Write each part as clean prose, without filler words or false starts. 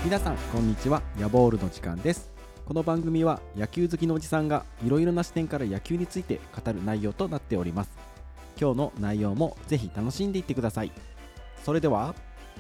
皆さんこんにちは。ヤボールの時間です。この番組は野球好きのおじさんがいろいろな視点から野球について語る内容となっております。今日の内容もぜひ楽しんでいってください。それでは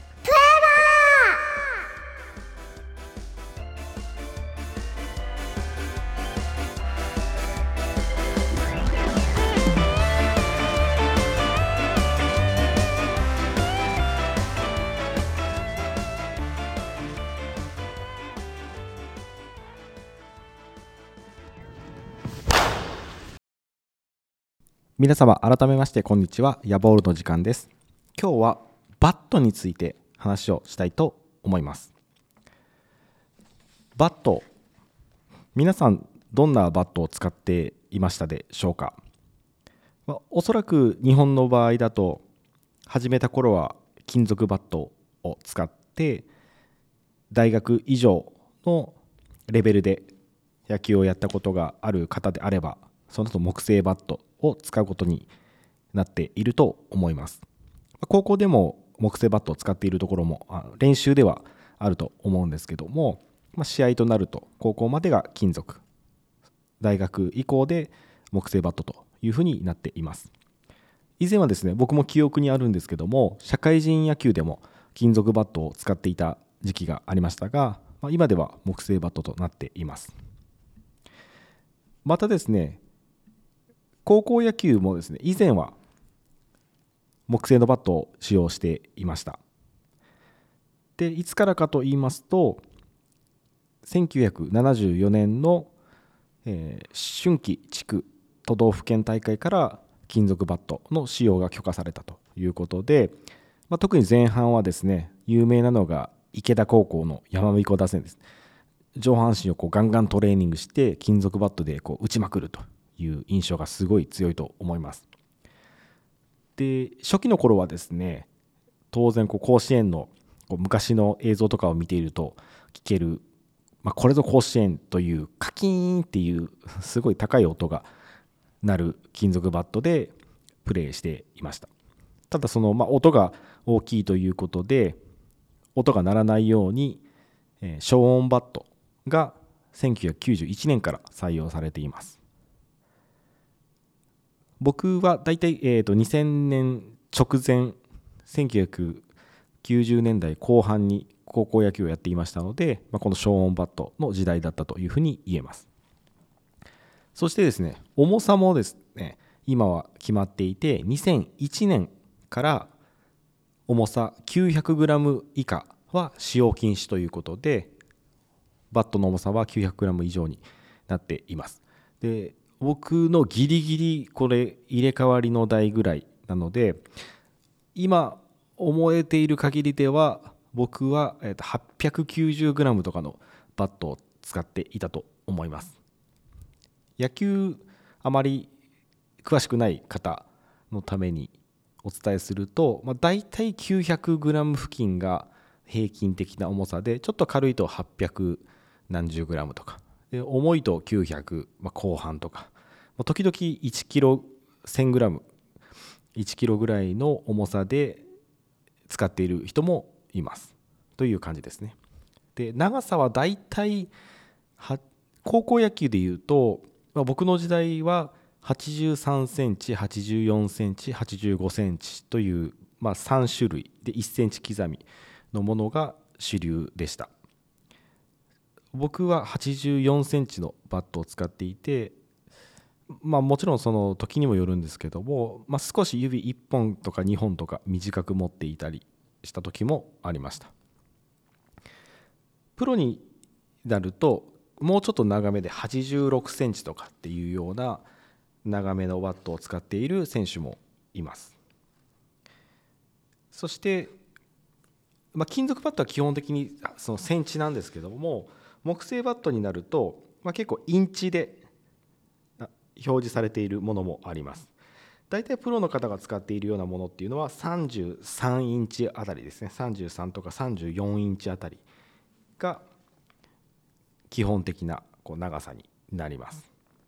皆様改めましてこんにちは。ヤボールの時間です。今日はバットについて話をしたいと思います。バット、皆さんどんなバットを使っていましたでしょうか。おそらく日本の場合だと始めた頃は金属バットを使って大学以上のレベルで野球をやったことがある方であれば、その後木製バットを使うことになっていると思います。高校でも木製バットを使っているところも練習ではあると思うんですけども、試合となると高校までが金属、大学以降で木製バットというふうになっています。以前はですね、僕も記憶にあるんですけども、社会人野球でも金属バットを使っていた時期がありましたが、今では木製バットとなっています。またですね、高校野球もですね、以前は木製のバットを使用していました。で、いつからかと言いますと、1974年の、春季地区都道府県大会から金属バットの使用が許可されたということで、特に前半はですね、有名なのが池田高校の山彦打線です。上半身をガンガントレーニングして金属バットで打ちまくるという印象がすごい強いと思います。で、初期の頃はですね、当然甲子園の昔の映像とかを見ていると聞ける、これぞ甲子園というカキーンっていうすごい高い音が鳴る金属バットでプレーしていました。ただその音が大きいということで音が鳴らないように消音バットが1991年から採用されています。僕はだいたい2000年直前、1990年代後半に高校野球をやっていましたので、この消音バットの時代だったというふうに言えます。そしてですね、重さもですね、今は決まっていて、2001年から重さ 900g 以下は使用禁止ということで、バットの重さは 900g 以上になっています。で、僕のギリギリこれ入れ替わりの台ぐらいなので、今思えている限りでは僕は 890g とかのバットを使っていたと思います。野球あまり詳しくない方のためにお伝えすると、だいたい 900g 付近が平均的な重さで、ちょっと軽いと800何十グラムとかで、重いと900、後半とか、時々1キロ1000グラム1キロぐらいの重さで使っている人もいますという感じですね。で、長さはだいたい高校野球でいうと、僕の時代は83センチ、84センチ、85センチという、3種類で1センチ刻みのものが主流でした。僕は84センチのバットを使っていて、もちろんその時にもよるんですけども、少し指1本とか2本とか短く持っていたりした時もありました。プロになるともうちょっと長めで86センチとかっていうような長めのバットを使っている選手もいます。そして、金属バットは基本的にそのセンチなんですけども、木製バットになると、結構インチで表示されているものもあります。だいたいプロの方が使っているようなものっていうのは33インチあたりですね。33とか34インチあたりが基本的な長さになります。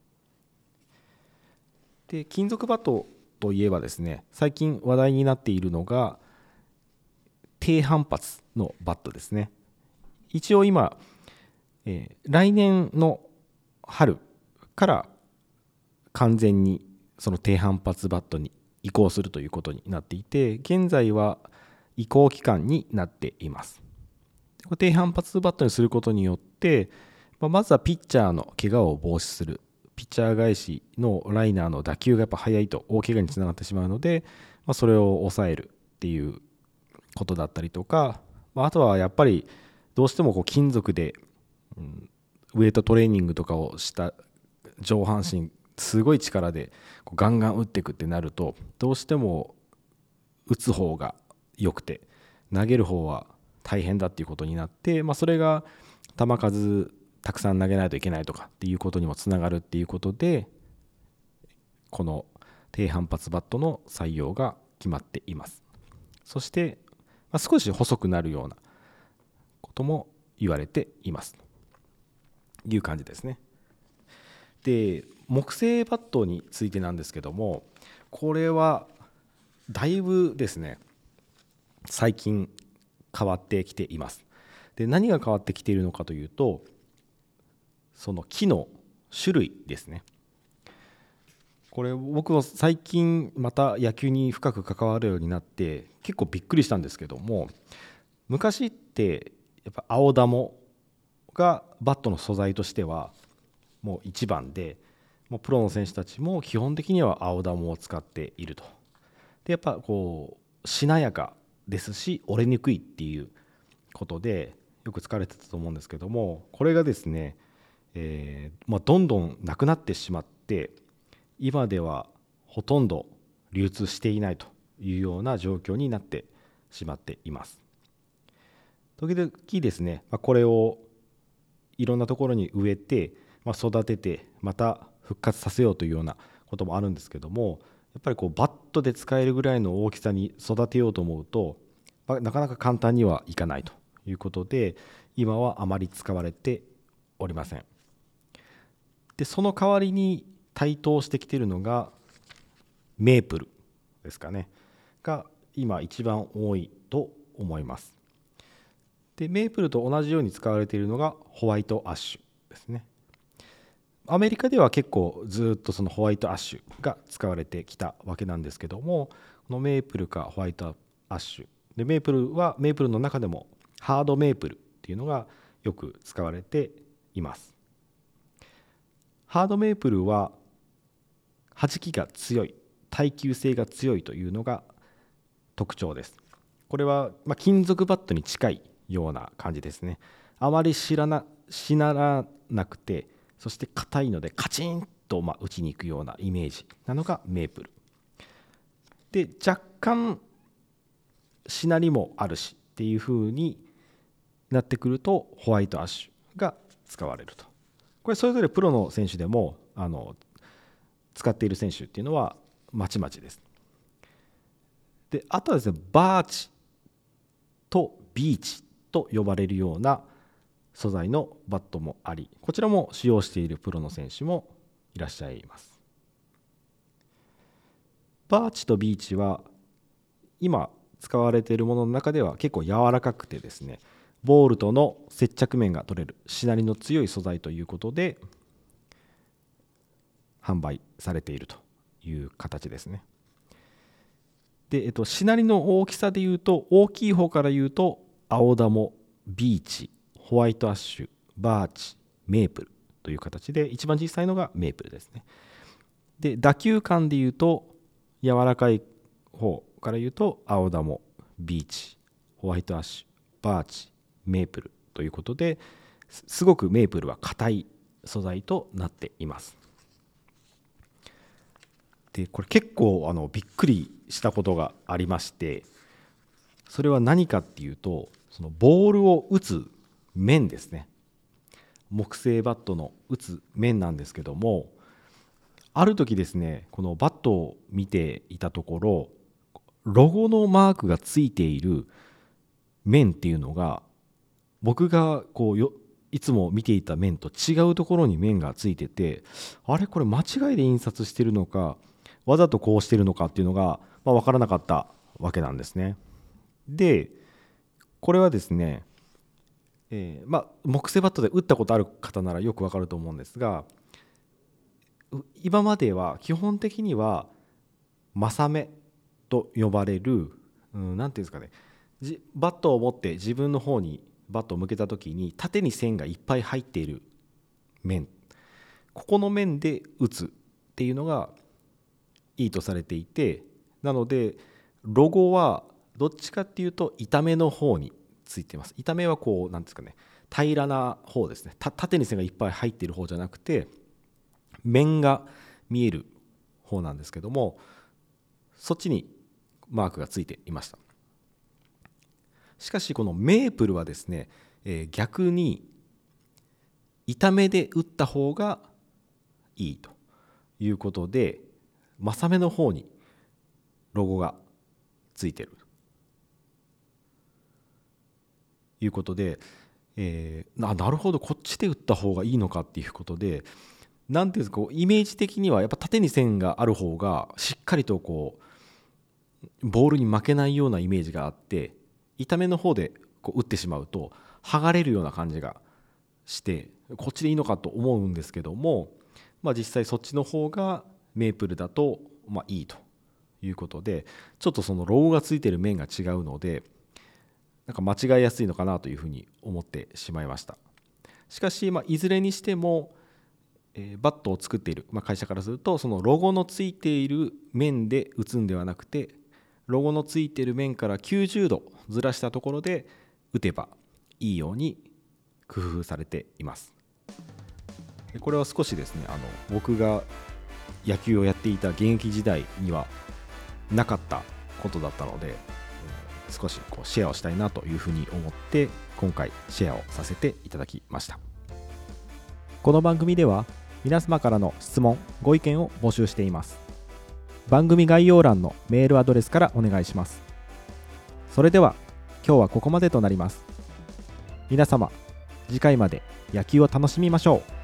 で、金属バットといえばですね、最近話題になっているのが低反発のバットですね。 一応今、来年の春から完全にその低反発バットに移行するということになっていて、現在は移行期間になっています。低反発バットにすることによって、まずはピッチャーの怪我を防止する。ピッチャー返しのライナーの打球がやっぱ速いと大怪我につながってしまうので、それを抑えるっていうことだったりとか、あとはやっぱりどうしても金属で、ウエイトトレーニングとかをした上半身すごい力でガンガン打っていくってなると、どうしても打つ方が良くて投げる方は大変だっていうことになって、それが球数たくさん投げないといけないとかっていうことにもつながるっていうことで、この低反発バットの採用が決まっています。そして、少し細くなるようなことも言われていますという感じですね。で、木製バットについてなんですけども、これはだいぶですね、最近変わってきています。で、何が変わってきているのかというと、その木の種類ですね。これ僕も最近また野球に深く関わるようになって結構びっくりしたんですけども、昔ってやっぱ青ダモがバットの素材としてはもう一番で、もうプロの選手たちも基本的には青ダモを使っていると。でやっぱしなやかですし折れにくいっていうことでよく使われてたと思うんですけども、これがですね、どんどんなくなってしまって、今ではほとんど流通していないというような状況になってしまっています。時々ですね、これをいろんなところに植えて、育ててまた復活させようというようなこともあるんですけども、やっぱりバットで使えるぐらいの大きさに育てようと思うと、なかなか簡単にはいかないということで、今はあまり使われておりません。でその代わりに台頭してきているのがメープルですかねが今一番多いと思います。でメープルと同じように使われているのがホワイトアッシュですね。アメリカでは結構ずっとそのホワイトアッシュが使われてきたわけなんですけども、このメープルかホワイトアッシュで、メープルはメープルの中でもハードメープルっていうのがよく使われています。ハードメープルは弾きが強い、耐久性が強いというのが特徴です。これは金属バットに近いような感じですね。あまりしならなくて、そして硬いのでカチンと打ちに行くようなイメージなのがメープルで、若干しなりもあるしっていう風になってくるとホワイトアッシュが使われると。これそれぞれプロの選手でも使っている選手っていうのはまちまちです。であとはですね、バーチとビーチと呼ばれるような素材のバットもあり、こちらも使用しているプロの選手もいらっしゃいます。バーチとビーチは今使われているものの中では結構柔らかくてですね、ボールとの接着面が取れるしなりの強い素材ということで販売されているという形ですね。で、しなりの大きさでいうと、大きい方から言うと青ダモ、ビーチ、ホワイトアッシュ、バーチ、メープルという形で、一番小さいのがメープルですね。で打球感でいうと柔らかい方から言うと青ダモ、ビーチ、ホワイトアッシュ、バーチ、メープルということで、すごくメープルは硬い素材となっています。でこれ結構びっくりしたことがありまして、それは何かっていうと、そのボールを打つ面ですね。木製バットの打つ面なんですけども、ある時ですね、このバットを見ていたところ、ロゴのマークがついている面っていうのが、僕がいつも見ていた面と違うところに面がついてて、あれこれ間違いで印刷してるのかわざとこうしてるのかっていうのが分からなかったわけなんですね。でこれはですね、 木製バットで打ったことある方ならよくわかると思うんですが、今までは基本的には正目と呼ばれる、なんていうんですかね、バットを持って自分の方にバットを向けた時に縦に線がいっぱい入っている面、ここの面で打つっていうのがいいとされていて、なのでロゴはどっちかっていうと板目の方についてます。板目はこうなんですかね、平らな方ですね。縦に線がいっぱい入っている方じゃなくて面が見える方なんですけども、そっちにマークがついていました。しかしこのメープルはですね、逆に板目で打った方がいいということで、正目の方にロゴがついているということで、なるほど、こっちで打った方がいいのかっていうことで、なんていうんですか、イメージ的にはやっぱ縦に線がある方がしっかりとこうボールに負けないようなイメージがあって、板目の方でこう打ってしまうと剥がれるような感じがして、こっちでいいのかと思うんですけども、実際そっちの方がメープルだといいということで、ちょっとそのロゴがついている面が違うので、なんか間違いやすいのかなというふうに思ってしまいました。しかし、いずれにしてもバットを作っている、会社からすると、そのロゴのついている面で打つんではなくて、ロゴのついている面から90度ずらしたところで打てばいいように工夫されています。これは少しですね、僕が野球をやっていた現役時代にはなかったことだったので、少しこうシェアをしたいなというふうに思って今回シェアをさせていただきました。この番組では皆様からの質問・ご意見を募集しています。番組概要欄のメールアドレスからお願いします。それでは今日はここまでとなります。皆様、次回まで野球を楽しみましょう。